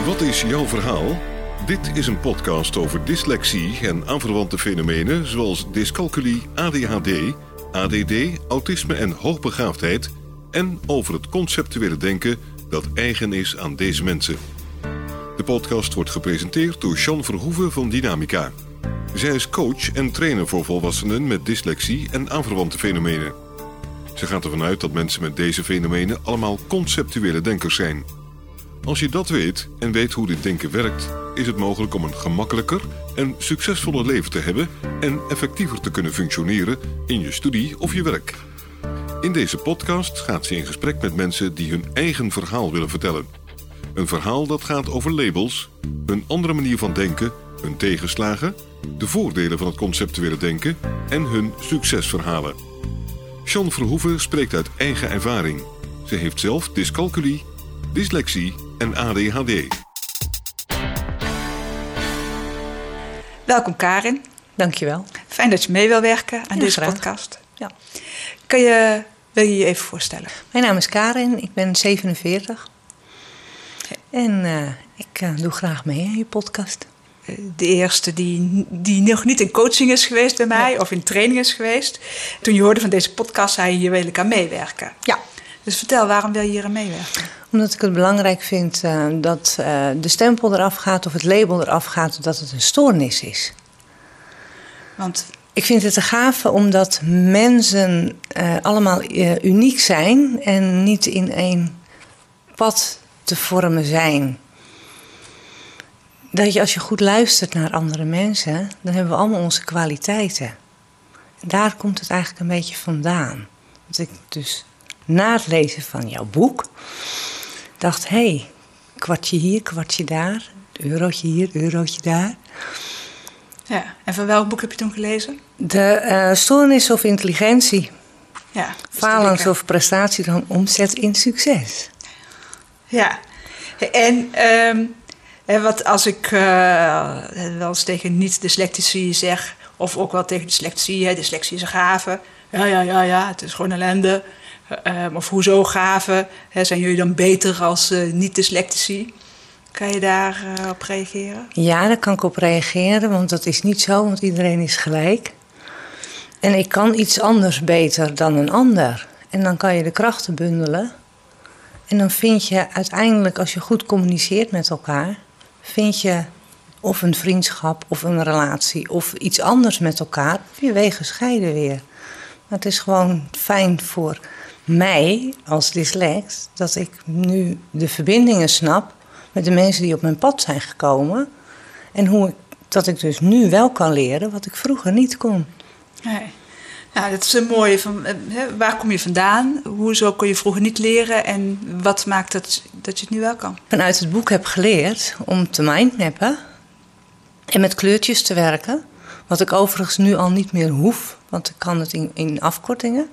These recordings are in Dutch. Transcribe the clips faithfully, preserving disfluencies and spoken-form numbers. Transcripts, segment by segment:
Wat is jouw verhaal? Dit is een podcast over dyslexie en aanverwante fenomenen zoals dyscalculie, A D H D, A D D, autisme en hoogbegaafdheid en over het conceptuele denken dat eigen is aan deze mensen. De podcast wordt gepresenteerd door Jean Verhoeven van Dynamica. Zij is coach en trainer voor volwassenen met dyslexie en aanverwante fenomenen. Ze gaat ervan uit dat mensen met deze fenomenen allemaal conceptuele denkers zijn. Als je dat weet en weet hoe dit denken werkt, is het mogelijk om een gemakkelijker en succesvoller leven te hebben en effectiever te kunnen functioneren in je studie of je werk. In deze podcast gaat ze in gesprek met mensen die hun eigen verhaal willen vertellen. Een verhaal dat gaat over labels, een andere manier van denken, hun tegenslagen, de voordelen van het conceptuele denken en hun succesverhalen. Jean Verhoeven spreekt uit eigen ervaring. Ze heeft zelf dyscalculie, dyslexie en A D H D. Welkom Karin. Dankjewel. Fijn dat je mee wil werken aan ja, deze graag. podcast. Ja. Kan je, wil je je even voorstellen? Mijn naam is Karin, ik ben zevenenveertig. En uh, ik uh, doe graag mee aan je podcast. De eerste die, die nog niet in coaching is geweest bij mij ja. of in training is geweest. Toen je hoorde van deze podcast, zei je, hier wil ik aan meewerken. Ja. Dus vertel, waarom wil je hier aan meewerken? Omdat ik het belangrijk vind uh, dat uh, de stempel eraf gaat of het label eraf gaat dat het een stoornis is. Want ik vind het te gaaf omdat mensen uh, allemaal uh, uniek zijn en niet in één pad te vormen zijn. Dat je als je goed luistert naar andere mensen, dan hebben we allemaal onze kwaliteiten. Daar komt het eigenlijk een beetje vandaan. Dat ik dus na het lezen van jouw boek dacht, hé, hey, kwartje hier, kwartje daar, eurotje hier, eurotje daar. Ja, en van welk boek heb je toen gelezen? De uh, stoornis of intelligentie. Ja, Falens of prestatie dan omzet in succes. Ja, en um, wat als ik uh, wel eens tegen niet-dyslectici zeg, of ook wel tegen dyslexie, hè, dyslexie is een gave. Ja, ja, ja, ja, het is gewoon ellende. Uh, of hoezo gave? Hè, zijn jullie dan beter als uh, niet-dyslectici? Kan je daar uh, op reageren? Ja, daar kan ik op reageren, want dat is niet zo, want iedereen is gelijk. En ik kan iets anders beter dan een ander. En dan kan je de krachten bundelen. En dan vind je uiteindelijk, als je goed communiceert met elkaar, vind je of een vriendschap of een relatie of iets anders met elkaar, of je wegen scheiden weer. Maar het is gewoon fijn voor mij als dyslex dat ik nu de verbindingen snap met de mensen die op mijn pad zijn gekomen. En hoe ik, dat ik dus nu wel kan leren wat ik vroeger niet kon. Nee. Ja, dat is een mooie. Van, hè, waar kom je vandaan? Hoezo kon je vroeger niet leren? En wat maakt dat, dat je het nu wel kan? Vanuit het boek heb geleerd om te mindmappen en met kleurtjes te werken. Wat ik overigens nu al niet meer hoef, want ik kan het in, in afkortingen.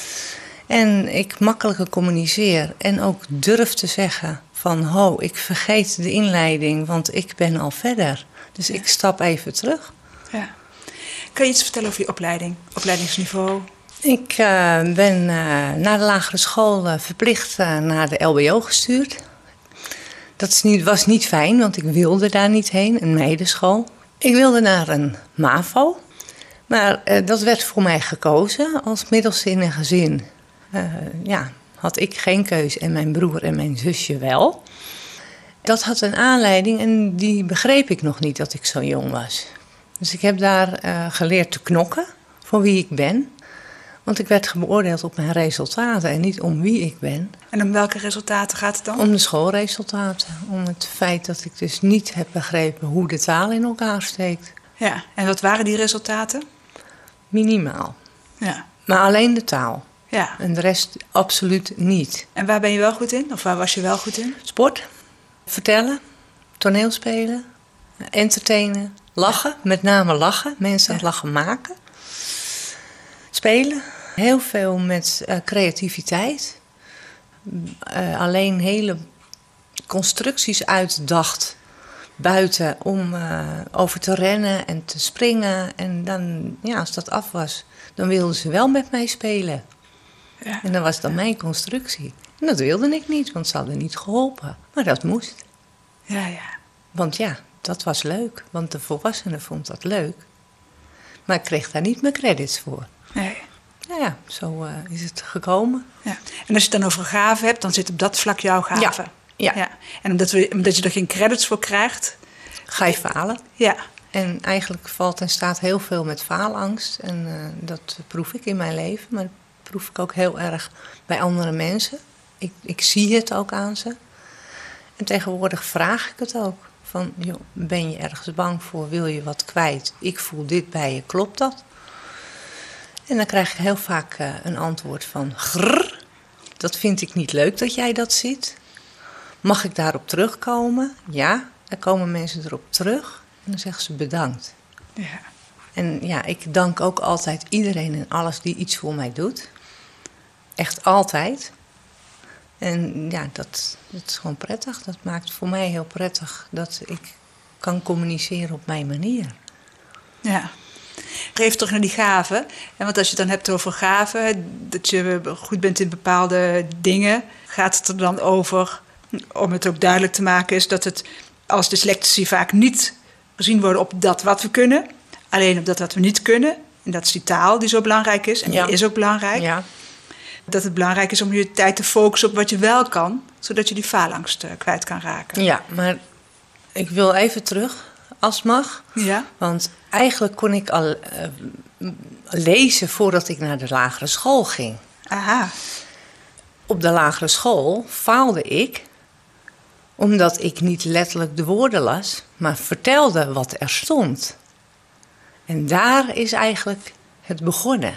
En ik makkelijker communiceer en ook durf te zeggen van, ho, ik vergeet de inleiding, want ik ben al verder. Dus ja. Ik stap even terug. Ja. Kan je iets vertellen over je opleiding, opleidingsniveau? Ik uh, ben uh, na de lagere school uh, verplicht uh, naar de L B O gestuurd. Dat is niet, was niet fijn, want ik wilde daar niet heen, een meidenschool. Ik wilde naar een MAVO, maar uh, dat werd voor mij gekozen als middelste in een gezin. Uh, ja, had ik geen keus en mijn broer en mijn zusje wel. Dat had een aanleiding en die begreep ik nog niet dat ik zo jong was. Dus ik heb daar uh, geleerd te knokken voor wie ik ben. Want ik werd beoordeeld op mijn resultaten en niet om wie ik ben. En om welke resultaten gaat het dan? Om de schoolresultaten. Om het feit dat ik dus niet heb begrepen hoe de taal in elkaar steekt. Ja, en wat waren die resultaten? Minimaal. Ja. Maar alleen de taal. Ja. En de rest absoluut niet. En waar ben je wel goed in? Of waar was je wel goed in? Sport, vertellen, toneelspelen, entertainen, lachen. Met name lachen, mensen aan het lachen maken. Spelen, heel veel met uh, creativiteit. Uh, alleen hele constructies uitdacht buiten om uh, over te rennen en te springen. En dan, ja, als dat af was, dan wilden ze wel met mij spelen. Ja. En dat was dan mijn constructie. En dat wilde ik niet, want ze hadden niet geholpen. Maar dat moest. Ja, ja. Want ja, dat was leuk. Want de volwassene vond dat leuk. Maar ik kreeg daar niet mijn credits voor. Nee. Nou ja, zo uh, is het gekomen. Ja. En als je het dan over gaven hebt, dan zit op dat vlak jouw gave. Ja. Ja. ja. En omdat, we, omdat je er geen credits voor krijgt... Ga je falen. Ja. En eigenlijk valt en staat heel veel met faalangst. En uh, dat proef ik in mijn leven. Maar dat proef ik ook heel erg bij andere mensen. Ik, ik zie het ook aan ze. En tegenwoordig vraag ik het ook. Van, joh, ben je ergens bang voor? Wil je wat kwijt? Ik voel dit bij je, klopt dat? En dan krijg ik heel vaak uh, een antwoord van... Grrr, dat vind ik niet leuk dat jij dat ziet. Mag ik daarop terugkomen? Ja, dan komen mensen erop terug. En dan zeggen ze bedankt. Ja. En ja, ik dank ook altijd iedereen en alles die iets voor mij doet. Echt altijd. En ja, dat, dat is gewoon prettig. Dat maakt voor mij heel prettig dat ik kan communiceren op mijn manier. Ja. Even terug naar die gaven. En want als je het dan hebt over gaven, dat je goed bent in bepaalde dingen, gaat het er dan over, om het ook duidelijk te maken, is dat het als dyslectici vaak niet gezien worden op dat wat we kunnen, alleen op dat wat we niet kunnen. En dat is die taal die zo belangrijk is. En die ja. is ook belangrijk. Ja. Dat het belangrijk is om je tijd te focussen op wat je wel kan, zodat je die faalangst uh, kwijt kan raken. Ja, maar ik wil even terug, als het mag. Ja. Want eigenlijk kon ik al uh, lezen voordat ik naar de lagere school ging. Aha. Op de lagere school faalde ik omdat ik niet letterlijk de woorden las, maar vertelde wat er stond. En daar is eigenlijk het begonnen.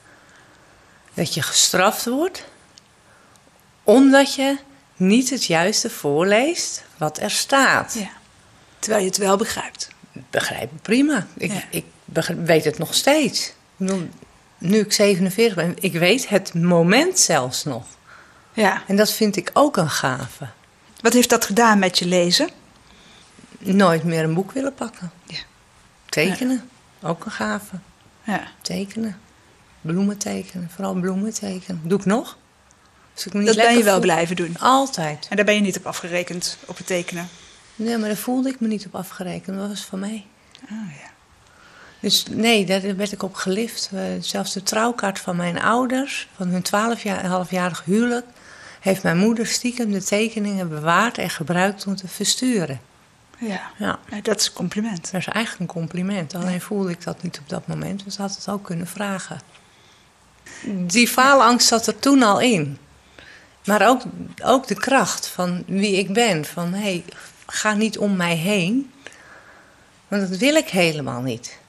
Dat je gestraft wordt omdat je niet het juiste voorleest wat er staat. Ja. Terwijl je het wel begrijpt. Begrijp ik prima. Ik, Ja. ik begrijp, weet het nog steeds. Ik bedoel, nu ik zevenenveertig ben, ik weet het moment zelfs nog. Ja. En dat vind ik ook een gave. Wat heeft dat gedaan met je lezen? Nooit meer een boek willen pakken. Ja. Tekenen, ook een gave. Ja. Tekenen, bloemen tekenen, vooral bloemen tekenen. Doe ik nog. Als ik me niet Dat ben je lekker wel voel, blijven doen. Altijd. En daar ben je niet op afgerekend, op het tekenen. Nee, maar daar voelde ik me niet op afgerekend. Dat was van mij. Oh, ja. Dus nee, daar werd ik op gelift. Uh, zelfs de trouwkaart van mijn ouders, van hun twaalfhalfjarig huwelijk, heeft mijn moeder stiekem de tekeningen bewaard en gebruikt om te versturen. Ja. Ja. Ja, dat is een compliment. Dat is eigenlijk een compliment. Alleen voelde ik dat niet op dat moment, dus had het ook kunnen vragen. Die faalangst zat er toen al in. Maar ook, ook de kracht van wie ik ben. Van, hé, hey, ga niet om mij heen. Want dat wil ik helemaal niet.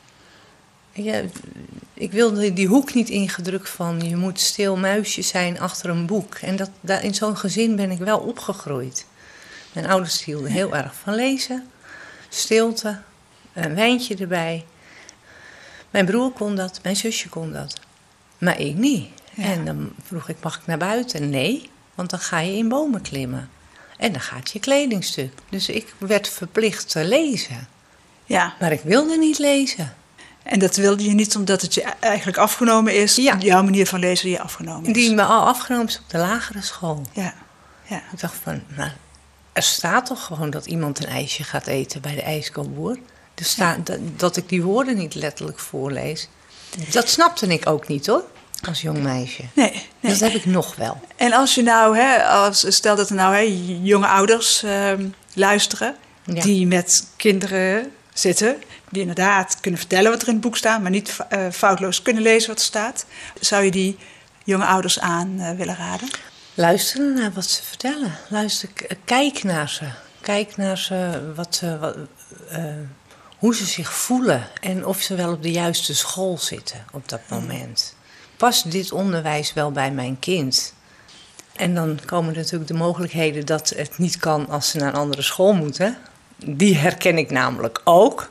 Ja, ik wilde die hoek niet ingedrukt van... je moet stil muisje zijn achter een boek. En dat, daar, in zo'n gezin ben ik wel opgegroeid. Mijn ouders hielden heel erg van lezen. Stilte, een wijntje erbij. Mijn broer kon dat, mijn zusje kon dat. Maar ik niet. Ja. En dan vroeg ik, mag ik naar buiten? Nee, want dan ga je in bomen klimmen. En dan gaat je kledingstuk. Dus ik werd verplicht te lezen. Ja. Maar ik wilde niet lezen. En dat wilde je niet omdat het je eigenlijk afgenomen is. Ja. Jouw manier van lezen die je afgenomen is. Die me al afgenomen is op de lagere school. Ja. Ja. Ik dacht van, nou, er staat toch gewoon dat iemand een ijsje gaat eten bij de ijskoopboer. Er staat, dat, dat ik die woorden niet letterlijk voorlees. Dat snapte ik ook niet hoor, als jong meisje. Nee, nee. Dat heb ik nog wel. En als je nou, hè, als, stel dat er nou hè, jonge ouders uh, luisteren... Ja. die met kinderen zitten... die inderdaad kunnen vertellen wat er in het boek staat... maar niet uh, foutloos kunnen lezen wat er staat... zou je die jonge ouders aan uh, willen raden? Luisteren naar wat ze vertellen. Luister, kijk naar ze. Kijk naar ze, wat ze, wat, uh, hoe ze zich voelen. En of ze wel op de juiste school zitten op dat moment. Past dit onderwijs wel bij mijn kind? En dan komen natuurlijk de mogelijkheden dat het niet kan als ze naar een andere school moeten. Die herken ik namelijk ook.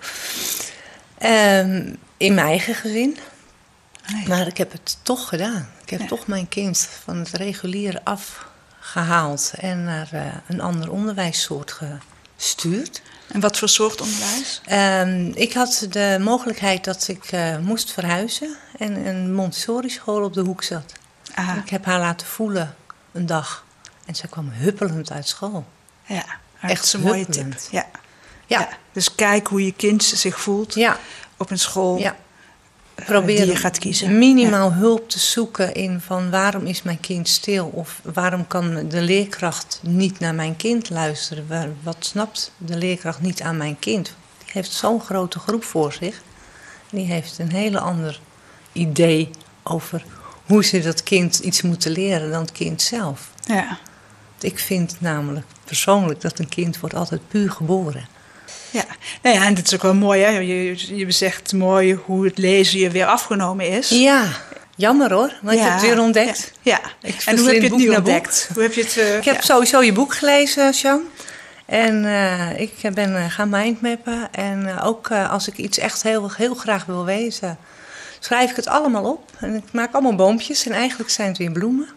Um, in mijn eigen gezin. Nee. Maar ik heb het toch gedaan. Ik heb ja. toch mijn kind van het reguliere afgehaald en naar uh, een ander onderwijssoort gestuurd. En wat voor soort onderwijs? Um, ik had de mogelijkheid dat ik uh, moest verhuizen en een Montessori-school op de hoek zat. Aha. Ik heb haar laten voelen een dag en zij kwam huppelend uit school. Ja. dat echt is een mooie huppelend. tip. Ja. Ja. Ja. Dus kijk hoe je kind zich voelt Ja. op een school Ja. uh, Probeer die je gaat kiezen. minimaal hulp te zoeken in van waarom is mijn kind stil? Of waarom kan de leerkracht niet naar mijn kind luisteren? Waar- Wat snapt de leerkracht niet aan mijn kind? Die heeft zo'n grote groep voor zich. Die heeft een hele ander idee over hoe ze dat kind iets moeten leren dan het kind zelf. Ja. Ik vind namelijk persoonlijk dat een kind wordt altijd puur geboren. Ja. Nou ja, en dat is ook wel mooi, hè? Je, je zegt mooi hoe het lezen je weer afgenomen is. Ja, jammer hoor, want Ja. je hebt het weer ontdekt. Ja. Ik En hoe heb je het boek nu na ontdekt? boek. Hoe heb je het? Uh, Ik heb ja. sowieso je boek gelezen, Jean. En uh, ik ben uh, gaan mindmappen. En uh, ook uh, als ik iets echt heel, heel graag wil wezen, schrijf ik het allemaal op. En ik maak allemaal boompjes en eigenlijk zijn het weer bloemen.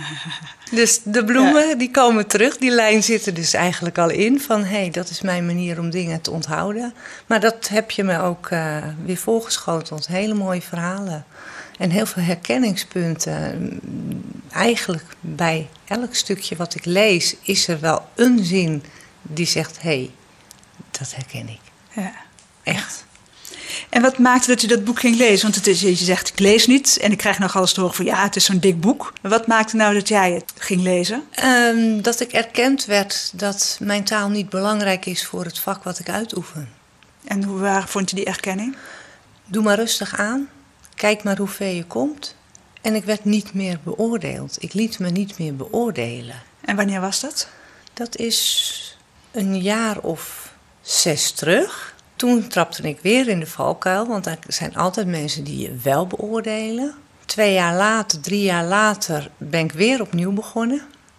Dus de bloemen ja. die komen terug. Die lijn zit er dus eigenlijk al in. Van hé, hey, dat is mijn manier om dingen te onthouden. Maar dat heb je me ook uh, weer voorgeschoteld. Hele mooie verhalen. En heel veel herkenningspunten. Eigenlijk bij elk stukje wat ik lees is er wel een zin die zegt hé, hey, dat herken ik. Ja. Echt. En wat maakte dat u dat boek ging lezen? Want het is, je zegt, ik lees niet. En ik krijg nog alles te horen van, ja, het is zo'n dik boek. Maar wat maakte nou dat jij het ging lezen? Um, dat ik erkend werd dat mijn taal niet belangrijk is voor het vak wat ik uitoefen. En hoe, waar vond je die erkenning? Doe maar rustig aan. Kijk maar hoe ver je komt. En ik werd niet meer beoordeeld. Ik liet me niet meer beoordelen. En wanneer was dat? Dat is een jaar of zes terug. Toen trapte ik weer in de valkuil, want er zijn altijd mensen die je wel beoordelen. Twee jaar later, drie jaar later ben ik weer opnieuw begonnen.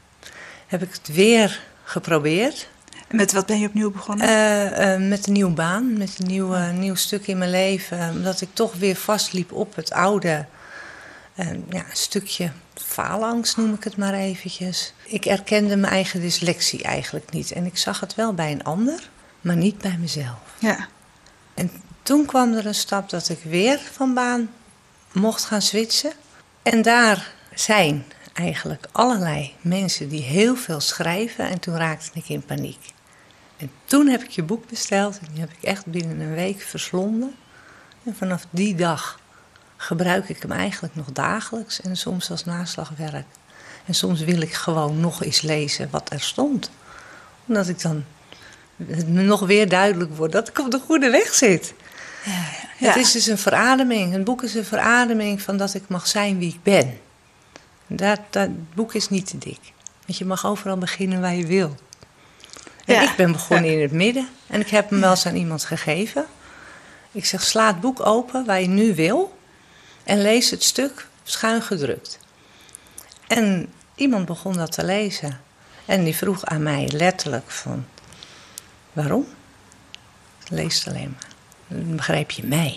Heb ik het weer geprobeerd. En met wat ben je opnieuw begonnen? Uh, uh, met een nieuwe baan, met een nieuw, uh, nieuw stuk in mijn leven. Omdat ik toch weer vastliep op het oude. Uh, ja, een stukje faalangst noem ik het maar eventjes. Ik erkende mijn eigen dyslexie eigenlijk niet. En ik zag het wel bij een ander, maar niet bij mezelf. Ja. En toen kwam er een stap dat ik weer van baan mocht gaan switchen. En daar zijn eigenlijk allerlei mensen die heel veel schrijven. En toen raakte ik in paniek. En toen heb ik je boek besteld. En die heb ik echt binnen een week verslonden. En vanaf die dag gebruik ik hem eigenlijk nog dagelijks. En soms als naslagwerk. En soms wil ik gewoon nog eens lezen wat er stond. Omdat ik dan het me nog weer duidelijk wordt dat ik op de goede weg zit. Ja, ja, ja. Het is dus een verademing. Een boek is een verademing van dat ik mag zijn wie ik ben. Dat, dat het boek is niet te dik. Want je mag overal beginnen waar je wil. En ja. ik ben begonnen ja. in het midden. En ik heb hem wel eens aan iemand gegeven. Ik zeg, sla het boek open waar je nu wil. En lees het stuk schuin gedrukt. En iemand begon dat te lezen. En die vroeg aan mij letterlijk van, waarom? Lees het alleen maar. Dan begrijp je mij.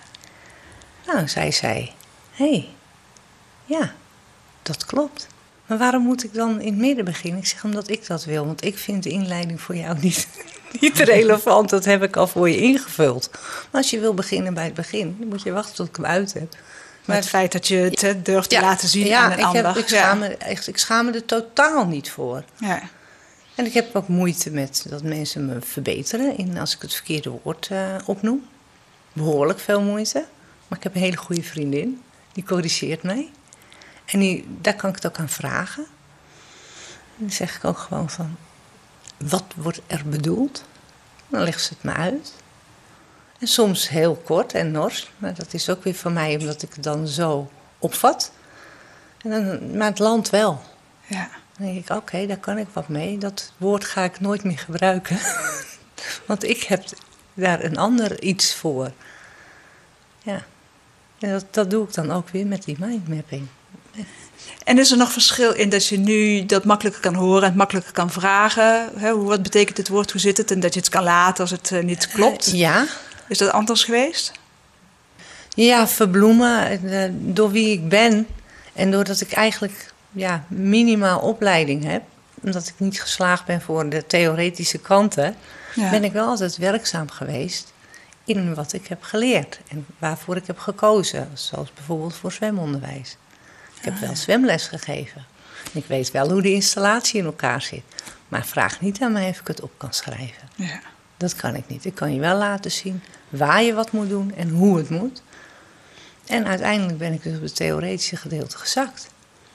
Nou, zij zei, hé, hey, ja, dat klopt. Maar waarom moet ik dan in het midden beginnen? Ik zeg, omdat ik dat wil. Want ik vind de inleiding voor jou niet, niet relevant. Dat heb ik al voor je ingevuld. Maar als je wil beginnen bij het begin, dan moet je wachten tot ik hem uit heb. Maar het feit dat je het durft te ja, laten zien ja, aan een ik ander. Heb, ik, schaam me, echt, ik schaam me er totaal niet voor. Ja. En ik heb ook moeite met dat mensen me verbeteren in als ik het verkeerde woord uh, opnoem. Behoorlijk veel moeite. Maar ik heb een hele goede vriendin. Die corrigeert mij. En die, daar kan ik het ook aan vragen. En dan zeg ik ook gewoon van, wat wordt er bedoeld? Dan legt ze het me uit. En soms heel kort en nors. Maar dat is ook weer voor mij omdat ik het dan zo opvat. En dan, maar het landt wel. Ja. Dan denk ik, oké, okay, daar kan ik wat mee. Dat woord ga ik nooit meer gebruiken. Want ik heb daar een ander iets voor. Ja. En dat, dat doe ik dan ook weer met die mindmapping. En is er nog verschil in dat je nu dat makkelijker kan horen en het makkelijker kan vragen? Hè, wat betekent dit woord, hoe zit het? En dat je het kan laten als het uh, niet klopt? Uh, ja. Is dat anders geweest? Ja, verbloemen. Uh, door wie ik ben. En doordat ik eigenlijk ja, minimaal opleiding heb. Omdat ik niet geslaagd ben voor de theoretische kanten. Ja. Ben ik wel altijd werkzaam geweest in wat ik heb geleerd. En waarvoor ik heb gekozen. Zoals bijvoorbeeld voor zwemonderwijs. Ik heb wel zwemles gegeven. Ik weet wel hoe de installatie in elkaar zit. Maar vraag niet aan mij of ik het op kan schrijven. Ja. Dat kan ik niet. Ik kan je wel laten zien waar je wat moet doen en hoe het moet. En uiteindelijk ben ik dus op het theoretische gedeelte gezakt.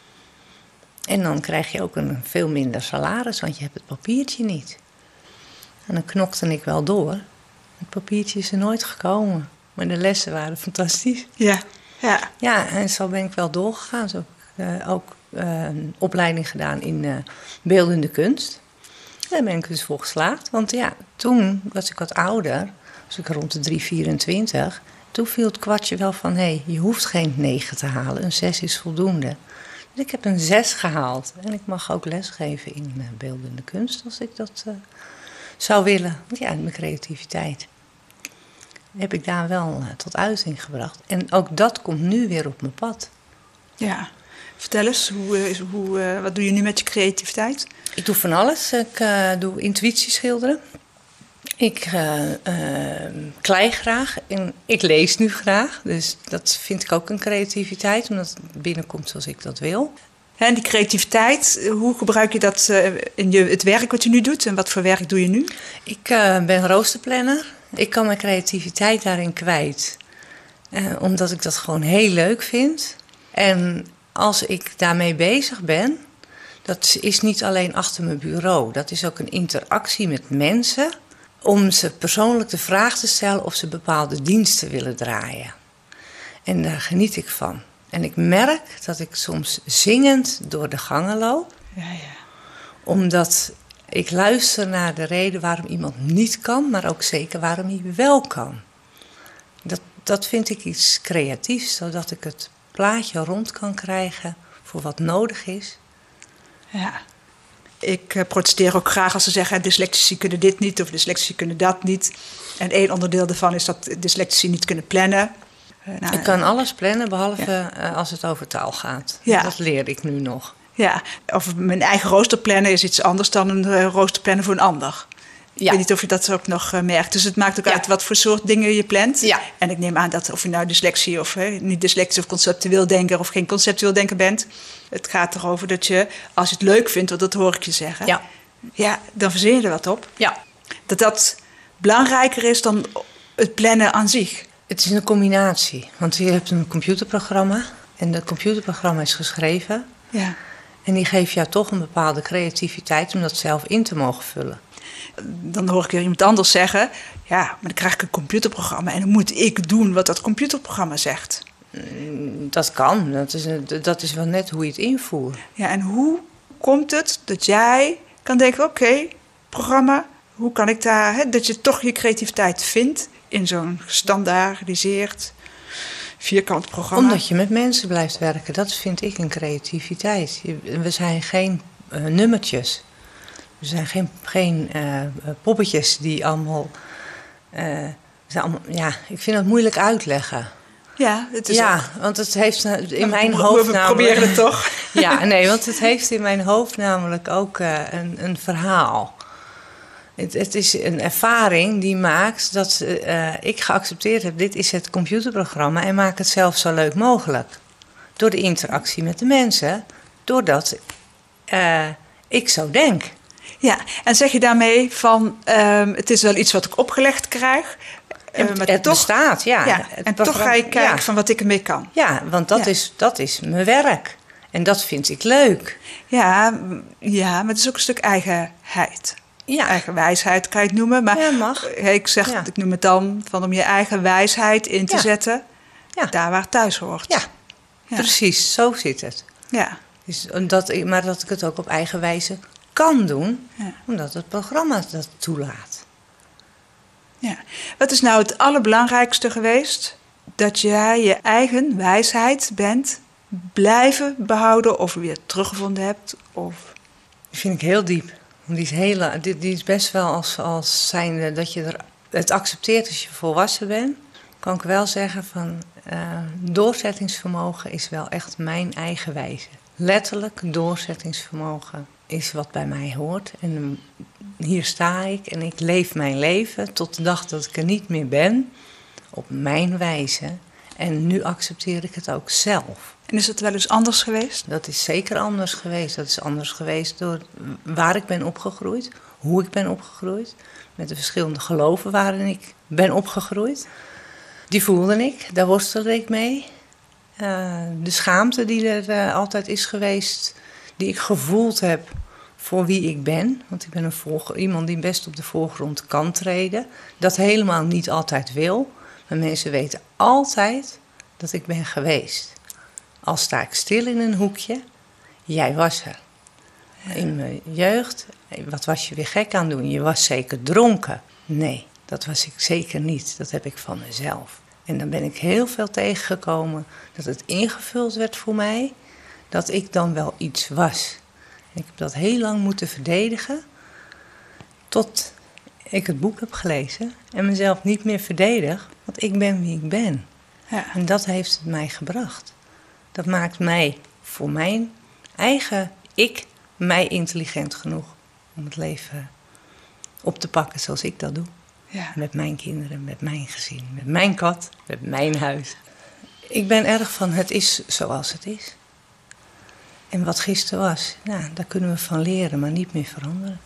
En dan krijg je ook een veel minder salaris, want je hebt het papiertje niet. En dan knokte ik wel door. Het papiertje is er nooit gekomen. Maar de lessen waren fantastisch. Ja, ja. Ja, en zo ben ik wel doorgegaan. Zo heb ik uh, ook uh, een opleiding gedaan in uh, beeldende kunst. Daar ben ik dus voor geslaagd. Want ja, toen was ik wat ouder. Was ik rond de drie, vierentwintig. Toen viel het kwartje wel van, hé, hey, je hoeft geen negen te halen. Een zes is voldoende. Dus ik heb een zes gehaald. En ik mag ook lesgeven in uh, beeldende kunst als ik dat uh, zou willen. Want ja, mijn creativiteit heb ik daar wel uh, tot uiting gebracht. En ook dat komt nu weer op mijn pad. Ja. Vertel eens, hoe, uh, hoe, uh, wat doe je nu met je creativiteit? Ik doe van alles. Ik uh, doe intuïtie schilderen. Ik uh, uh, klei graag en ik lees nu graag. Dus dat vind ik ook een creativiteit, omdat het binnenkomt zoals ik dat wil. En die creativiteit, hoe gebruik je dat uh, in je, het werk wat je nu doet? En wat voor werk doe je nu? Ik uh, ben roosterplanner. Ik kan mijn creativiteit daarin kwijt. Uh, omdat ik dat gewoon heel leuk vind. En als ik daarmee bezig ben, dat is niet alleen achter mijn bureau. Dat is ook een interactie met mensen om ze persoonlijk de vraag te stellen of ze bepaalde diensten willen draaien. En daar geniet ik van. En ik merk dat ik soms zingend door de gangen loop. Ja, ja. Omdat ik luister naar de reden waarom iemand niet kan, maar ook zeker waarom hij wel kan. Dat, dat vind ik iets creatiefs, zodat ik het plaatje rond kan krijgen voor wat nodig is. Ja. Ik uh, protesteer ook graag als ze zeggen, dyslectici kunnen dit niet of dyslectici kunnen dat niet. En één onderdeel daarvan is dat dyslectici niet kunnen plannen. Uh, nou, ik kan alles plannen, behalve ja. uh, als het over taal gaat. Ja. Dat leer ik nu nog. Ja, of mijn eigen rooster plannen is iets anders dan een uh, rooster plannen voor een ander. Ja. Ik weet niet of je dat ook nog uh, merkt. Dus het maakt ook ja. uit wat voor soort dingen je plant. Ja. En ik neem aan dat of je nou dyslexie of uh, niet dyslectisch of conceptueel denker of geen conceptueel denker bent. Het gaat erover dat je, als je het leuk vindt, want dat hoor ik je zeggen. Ja. Ja, dan verzin je er wat op. Ja. Dat dat belangrijker is dan het plannen aan zich. Het is een combinatie. Want je hebt een computerprogramma. En dat computerprogramma is geschreven. Ja. En die geeft jou toch een bepaalde creativiteit om dat zelf in te mogen vullen. Dan hoor ik weer iemand anders zeggen, ja, maar dan krijg ik een computerprogramma en dan moet ik doen wat dat computerprogramma zegt. Dat kan, dat is, dat is wel net hoe je het invoert. Ja, en hoe komt het dat jij kan denken, oké, okay, programma, hoe kan ik daar, hè, dat je toch je creativiteit vindt in zo'n gestandaardiseerd vierkant programma? Omdat je met mensen blijft werken, dat vind ik een creativiteit. We zijn geen uh, nummertjes. We zijn geen, geen uh, poppetjes die allemaal, uh, zijn allemaal... Ja, ik vind dat moeilijk uitleggen. Ja, het is ja ook... want het heeft in nou, mijn we, hoofd we namelijk... proberen het toch. Ja, nee, want het heeft in mijn hoofd namelijk ook uh, een, een verhaal. Het, het is een ervaring die maakt dat uh, ik geaccepteerd heb... dit is het computerprogramma en maak het zelf zo leuk mogelijk. Door de interactie met de mensen, doordat uh, ik zo denk. Ja, en zeg je daarmee van, um, het is wel iets wat ik opgelegd krijg... Uh, maar het toch, bestaat, ja. ja het en toch ga je kijken ja. van wat ik ermee kan. Ja, want dat, ja. Is, dat is mijn werk. En dat vind ik leuk. Ja, ja, maar het is ook een stuk eigenheid. Ja. Eigen wijsheid kan je het noemen. Maar ja, mag. Ik zeg, ja. ik noem het dan van om je eigen wijsheid in te ja. zetten. Ja. Daar waar het thuis hoort. Ja, ja. Precies. Zo zit het. Ja. Dus dat, maar dat ik het ook op eigen wijze kan doen. Ja. Omdat het programma dat toelaat. Ja. Wat is nou het allerbelangrijkste geweest? Dat jij je eigen wijsheid bent blijven behouden of weer teruggevonden hebt? Of... Die vind ik heel diep. Die is, heel, die, die is best wel als, als zijnde dat je er, het accepteert als je volwassen bent. Kan ik wel zeggen van uh, doorzettingsvermogen is wel echt mijn eigen wijze. Letterlijk doorzettingsvermogen is wat bij mij hoort. En hier sta ik en ik leef mijn leven tot de dag dat ik er niet meer ben. Op mijn wijze. En nu accepteer ik het ook zelf. En is het wel eens anders geweest? Dat is zeker anders geweest. Dat is anders geweest door waar ik ben opgegroeid, hoe ik ben opgegroeid, met de verschillende geloven waarin ik ben opgegroeid. Die voelde ik, daar worstelde ik mee. Uh, de schaamte die er uh, altijd is geweest, die ik gevoeld heb voor wie ik ben. Want ik ben een volg- iemand die best op de voorgrond kan treden. Dat helemaal niet altijd wil. Maar mensen weten altijd dat ik ben geweest. Al sta ik stil in een hoekje, jij was er. Ja. In mijn jeugd, wat was je weer gek aan doen? Je was zeker dronken. Nee, dat was ik zeker niet. Dat heb ik van mezelf. En dan ben ik heel veel tegengekomen dat het ingevuld werd voor mij, dat ik dan wel iets was. En ik heb dat heel lang moeten verdedigen, tot ik het boek heb gelezen en mezelf niet meer verdedig, want ik ben wie ik ben. Ja. En dat heeft het mij gebracht. Dat maakt mij, voor mijn eigen ik, mij intelligent genoeg om het leven op te pakken zoals ik dat doe. Ja. Met mijn kinderen, met mijn gezin, met mijn kat, met mijn huis. Ik ben erg van het is zoals het is. En wat gisteren was, nou, daar kunnen we van leren, maar niet meer veranderen.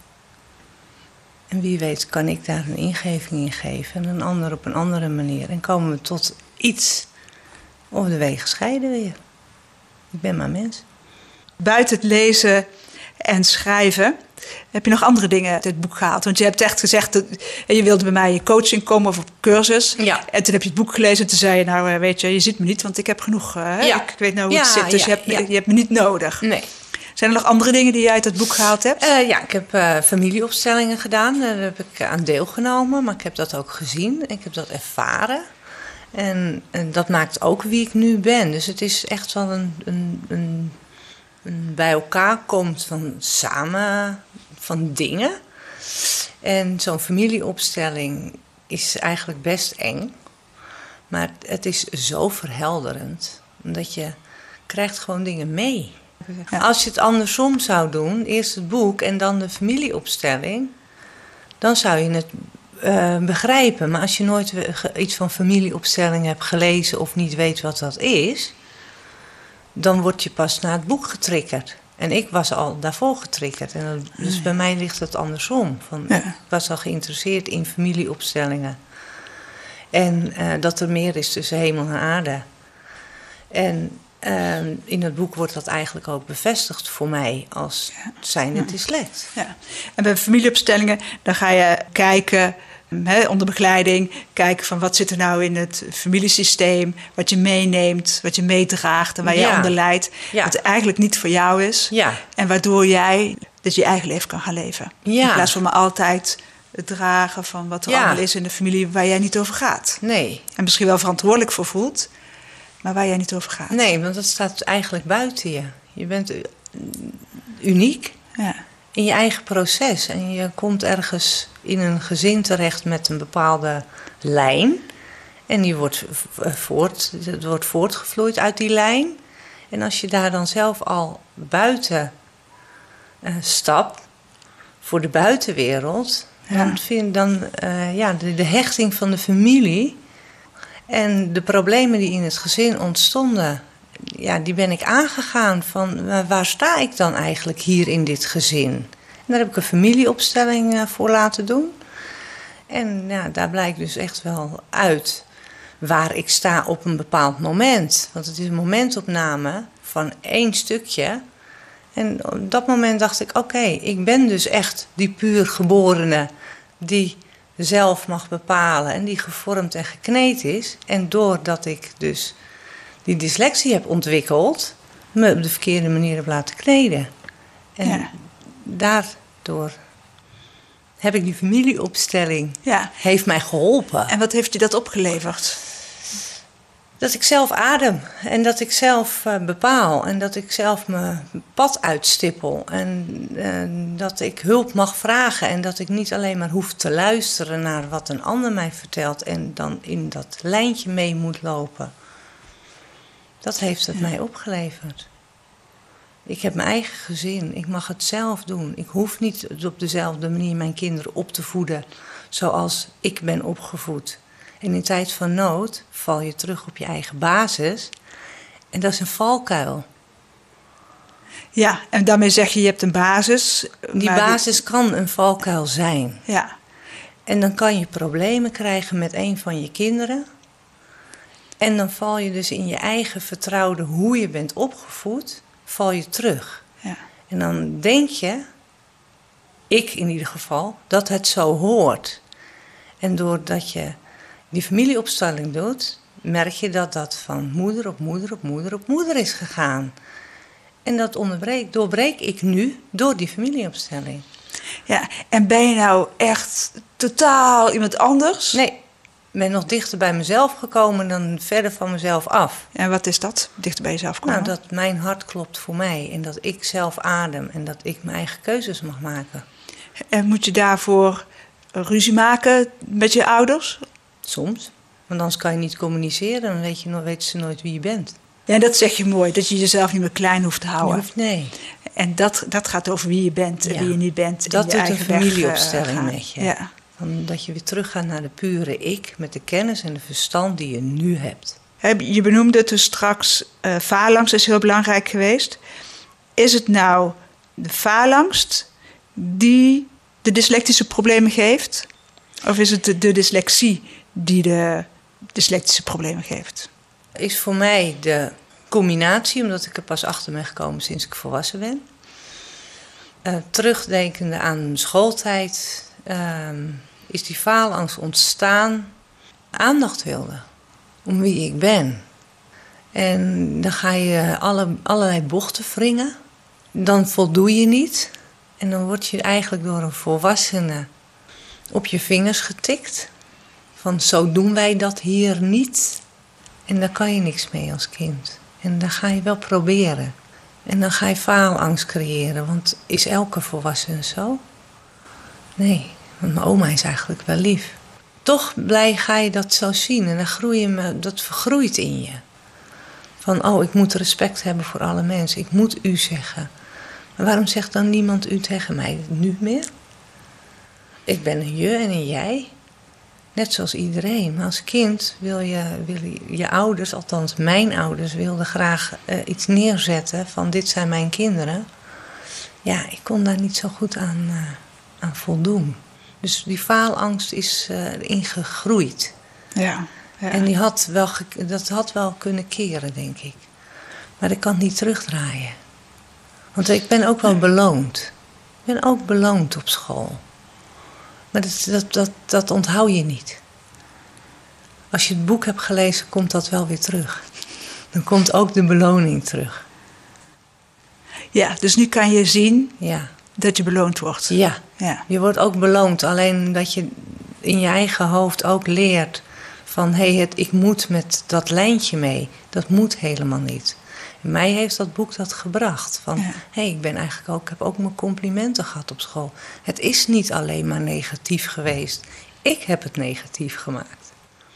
En wie weet kan ik daar een ingeving in geven en een ander op een andere manier. En komen we tot iets of de wegen scheiden weer. Ik ben maar mens. Buiten het lezen en schrijven, heb je nog andere dingen uit het boek gehaald? Want je hebt echt gezegd, dat, je wilde bij mij in coaching komen of op cursus. Ja. En toen heb je het boek gelezen en toen zei je, nou weet je, je ziet me niet, want ik heb genoeg. Uh, ja. ik, ik weet nou hoe ja, het zit, dus ja, je, hebt, ja. je hebt me niet nodig. Nee. Zijn er nog andere dingen die je uit het boek gehaald hebt? Uh, ja, ik heb uh, familieopstellingen gedaan. Daar heb ik aan deelgenomen, maar ik heb dat ook gezien. Ik heb dat ervaren. En, en dat maakt ook wie ik nu ben. Dus het is echt wel een, een, een, een bij elkaar komt van samen, van dingen. En zo'n familieopstelling is eigenlijk best eng. Maar het is zo verhelderend. Omdat je krijgt gewoon dingen mee. Ja. Als je het andersom zou doen, eerst het boek en dan de familieopstelling, dan zou je het uh, begrijpen. Maar als je nooit iets van familieopstelling hebt gelezen of niet weet wat dat is, dan word je pas naar het boek getriggerd. En ik was al daarvoor getriggerd. En dat, dus ja. bij mij ligt het andersom. Van, ja. Ik was al geïnteresseerd in familieopstellingen. En uh, dat er meer is tussen hemel en aarde. En Uh, in het boek wordt dat eigenlijk ook bevestigd voor mij als ja. zijnde dyslect. Ja. En bij familieopstellingen, dan ga je kijken, he, onder begeleiding, kijken van wat zit er nou in het familiesysteem, wat je meeneemt, wat je meedraagt en waar je ja. onder lijdt, ja. wat eigenlijk niet voor jou is. Ja. En waardoor jij dat je eigen leven kan gaan leven. Ja. In plaats van maar altijd het dragen van wat er ja. allemaal is in de familie waar jij niet over gaat. Nee. En misschien wel verantwoordelijk voor voelt, maar waar jij niet over gaat. Nee, want dat staat eigenlijk buiten je. Je bent uniek ja. in je eigen proces. En je komt ergens in een gezin terecht met een bepaalde lijn. En die wordt, voort, het wordt voortgevloeid uit die lijn. En als je daar dan zelf al buiten uh, stapt, voor de buitenwereld, ja. dan vind dan uh, ja, de, de hechting van de familie en de problemen die in het gezin ontstonden, ja, die ben ik aangegaan van waar sta ik dan eigenlijk hier in dit gezin? En daar heb ik een familieopstelling uh, voor laten doen. En ja, daar blijkt dus echt wel uit waar ik sta op een bepaald moment. Want het is een momentopname van één stukje. En op dat moment dacht ik, oké, okay, ik ben dus echt die puur geborene die zelf mag bepalen en die gevormd en gekneed is. En doordat ik dus die dyslexie heb ontwikkeld, me op de verkeerde manier heb laten kneden. En ja. daardoor heb ik die familieopstelling, ja. heeft mij geholpen. En wat heeft je dat opgeleverd? Dat ik zelf adem en dat ik zelf uh, bepaal en dat ik zelf mijn pad uitstippel. En uh, dat ik hulp mag vragen en dat ik niet alleen maar hoef te luisteren naar wat een ander mij vertelt en dan in dat lijntje mee moet lopen. Dat heeft het ja. mij opgeleverd. Ik heb mijn eigen gezin, ik mag het zelf doen. Ik hoef niet op dezelfde manier mijn kinderen op te voeden zoals ik ben opgevoed. En in tijd van nood val je terug op je eigen basis. En dat is een valkuil. Ja, en daarmee zeg je, je hebt een basis. Die basis die... kan een valkuil zijn. Ja. En dan kan je problemen krijgen met een van je kinderen. En dan val je dus in je eigen vertrouwde, hoe je bent opgevoed, val je terug. Ja. En dan denk je, ik in ieder geval, dat het zo hoort. En doordat je die familieopstelling doet, merk je dat dat van moeder op moeder op moeder op moeder is gegaan. En dat onderbreek, doorbreek ik nu door die familieopstelling. Ja, en ben je nou echt totaal iemand anders? Nee, ik ben nog dichter bij mezelf gekomen dan verder van mezelf af. En wat is dat, dichter bij jezelf komen? Nou, dat mijn hart klopt voor mij en dat ik zelf adem en dat ik mijn eigen keuzes mag maken. En moet je daarvoor ruzie maken met je ouders? Soms, want anders kan je niet communiceren, dan weet je, dan weten ze nooit wie je bent. Ja, dat zeg je mooi, dat je jezelf niet meer klein hoeft te houden. Hoeft, nee. En dat, dat gaat over wie je bent en ja. wie je niet bent. Dat doet een familieopstelling weg, uh, met je. Ja. Dat je weer teruggaat naar de pure ik met de kennis en de verstand die je nu hebt. Je benoemde het dus straks, uh, faalangst is heel belangrijk geweest. Is het nou de faalangst die de dyslectische problemen geeft? Of is het de, de dyslexie die de dyslectische problemen geeft? Is voor mij de combinatie, omdat ik er pas achter ben gekomen sinds ik volwassen ben. Uh, terugdenkende aan mijn schooltijd, uh, is die faalangst ontstaan. Aandacht wilde om wie ik ben. En dan ga je alle, allerlei bochten wringen. Dan voldoe je niet. En dan word je eigenlijk door een volwassene op je vingers getikt. Van zo doen wij dat hier niet. En daar kan je niks mee als kind. En dan ga je wel proberen. En dan ga je faalangst creëren. Want is elke volwassene zo? Nee, want mijn oma is eigenlijk wel lief. Toch blij ga je dat zo zien. En dan groei je me, dat vergroeit in je. Van, oh, ik moet respect hebben voor alle mensen. Ik moet u zeggen. Maar waarom zegt dan niemand u tegen mij nu meer? Ik ben een je en een jij. Net zoals iedereen. Maar als kind wil je, wil je, je ouders, althans mijn ouders, wilden graag uh, iets neerzetten van dit zijn mijn kinderen. Ja, ik kon daar niet zo goed aan, uh, aan voldoen. Dus die faalangst is uh, ingegroeid. Ja, ja. En die had wel ge- dat had wel kunnen keren, denk ik. Maar ik kan het niet terugdraaien. Want ik ben ook wel beloond. Ik ben ook beloond op school. Maar dat, dat, dat, dat onthoud je niet. Als je het boek hebt gelezen, komt dat wel weer terug. Dan komt ook de beloning terug. Ja, dus nu kan je zien ja. dat je beloond wordt. Ja. ja, Je wordt ook beloond. Alleen dat je in je eigen hoofd ook leert van hé, hey, ik moet met dat lijntje mee. Dat moet helemaal niet. En mij heeft dat boek dat gebracht. Van hé, ja. hey, ik ben eigenlijk ook, ik heb ook mijn complimenten gehad op school. Het is niet alleen maar negatief geweest. Ik heb het negatief gemaakt.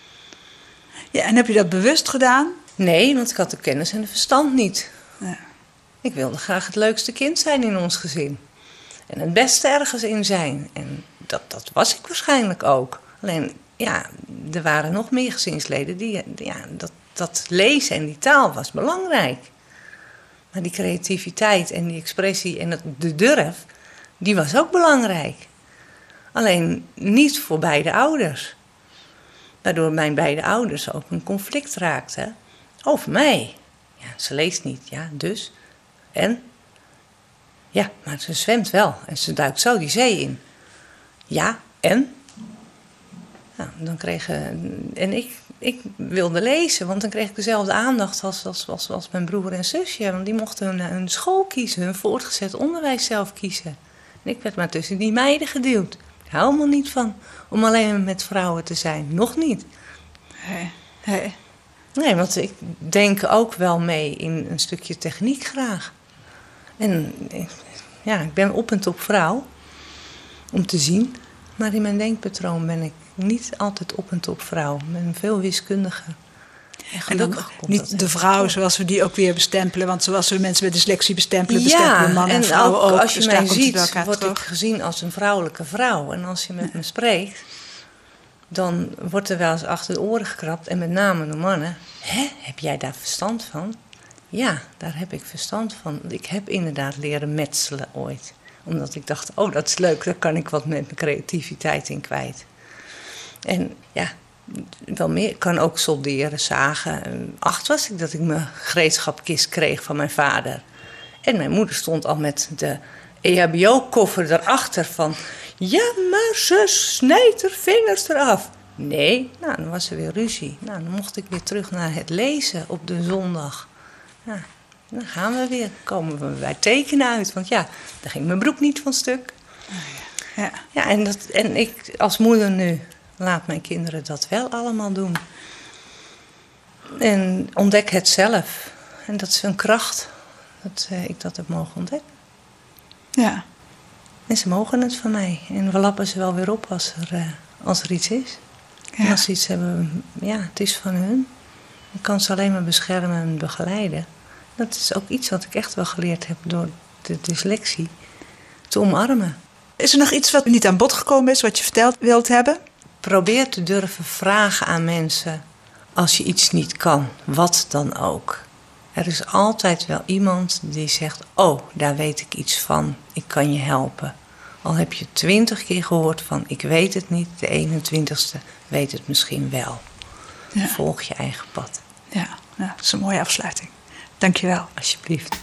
Ja, en heb je dat bewust gedaan? Nee, want ik had de kennis en de verstand niet. Ja. Ik wilde graag het leukste kind zijn in ons gezin. En het beste ergens in zijn. En dat, dat was ik waarschijnlijk ook. Alleen, ja, er waren nog meer gezinsleden die, ja, dat, dat lezen en die taal was belangrijk. Maar die creativiteit en die expressie en het, de durf, die was ook belangrijk. Alleen niet voor beide ouders. Waardoor mijn beide ouders ook een conflict raakten over mij. Ja, ze leest niet, ja, dus. En? Ja, maar ze zwemt wel en ze duikt zo die zee in. Ja, en? Nou, dan kregen... En ik, ik wilde lezen, want dan kreeg ik dezelfde aandacht als, als, als, als mijn broer en zusje. Want die mochten hun, hun school kiezen, hun voortgezet onderwijs zelf kiezen. En ik werd maar tussen die meiden geduwd. Ik hou helemaal niet van om alleen met vrouwen te zijn. Nog niet. Nee, nee. Nee, want ik denk ook wel mee in een stukje techniek graag. En ja, ik ben op en top vrouw, om te zien. Maar in mijn denkpatroon ben ik niet altijd op en top vrouw. Ik ben veel wiskundiger. En, en ook niet de vrouw zoals we die ook weer bestempelen. Want zoals we mensen met dyslexie bestempelen, ja, bestempelen mannen en vrouwen ook. ook. Als je dus mij ziet, word terug. ik gezien als een vrouwelijke vrouw. En als je met ja. me spreekt, dan wordt er wel eens achter de oren gekrapt. En met name de mannen. Hè, heb jij daar verstand van? Ja, daar heb ik verstand van. Ik heb inderdaad leren metselen ooit. Omdat ik dacht, oh, dat is leuk, daar kan ik wat met mijn creativiteit in kwijt. En ja, wel meer. Ik kan ook solderen, zagen. Acht was ik dat ik mijn gereedschapkist kreeg van mijn vader. En mijn moeder stond al met de E H B O-koffer erachter van... Ja, maar ze snijdt haar vingers eraf. Nee, nou, dan was er weer ruzie. Nou, dan mocht ik weer terug naar het lezen op de zondag. Nou, dan gaan we weer. Komen we bij tekenen uit. Want ja, daar ging mijn broek niet van stuk. Oh, ja. Ja. Ja, en, dat, en ik als moeder nu laat mijn kinderen dat wel allemaal doen. En ontdek het zelf. En dat is een kracht dat uh, ik dat heb mogen ontdekken. Ja. En ze mogen het van mij. En we lappen ze wel weer op als er, uh, als er iets is. Ja. En als ze iets hebben, ja, het is van hun. Ik kan ze alleen maar beschermen en begeleiden. Dat is ook iets wat ik echt wel geleerd heb door de dyslexie. Te omarmen. Is er nog iets wat niet aan bod gekomen is, wat je verteld wilt hebben? Probeer te durven vragen aan mensen als je iets niet kan. Wat dan ook. Er is altijd wel iemand die zegt... oh, daar weet ik iets van, ik kan je helpen. Al heb je twintig keer gehoord van... ik weet het niet, de eenentwintigste weet het misschien wel. Ja. Volg je eigen pad. Ja, ja, dat is een mooie afsluiting. Dank je wel. Alsjeblieft.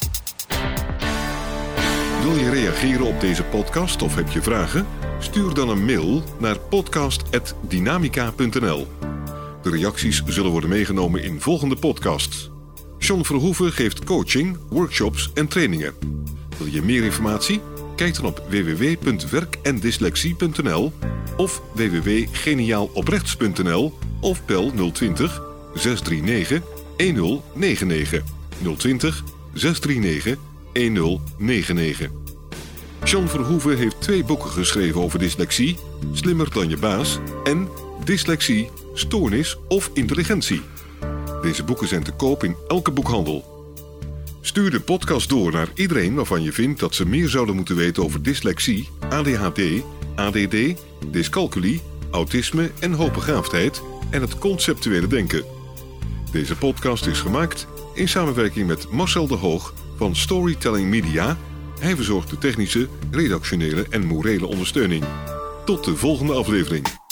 Wil je reageren op deze podcast of heb je vragen? Stuur dan een mail naar podcast apenstaartje dynamica punt n l. De reacties zullen worden meegenomen in volgende podcasts. John Verhoeven geeft coaching, workshops en trainingen. Wil je meer informatie? Kijk dan op w w w punt werk en dyslexie punt n l of w w w punt geniaaloprechts punt n l of bel nul twintig, zes drie negen, een nul negen negen. nul twintig, zes drie negen, een nul negen negen. John Verhoeven heeft twee boeken geschreven over dyslexie, Slimmer dan je baas en Dyslexie, stoornis of intelligentie. Deze boeken zijn te koop in elke boekhandel. Stuur de podcast door naar iedereen waarvan je vindt dat ze meer zouden moeten weten over dyslexie, A D H D, A D D, dyscalculie, autisme en hoogbegaafdheid en het conceptuele denken. Deze podcast is gemaakt in samenwerking met Marcel de Hoog van Storytelling Media. Hij verzorgt de technische, redactionele en morele ondersteuning. Tot de volgende aflevering.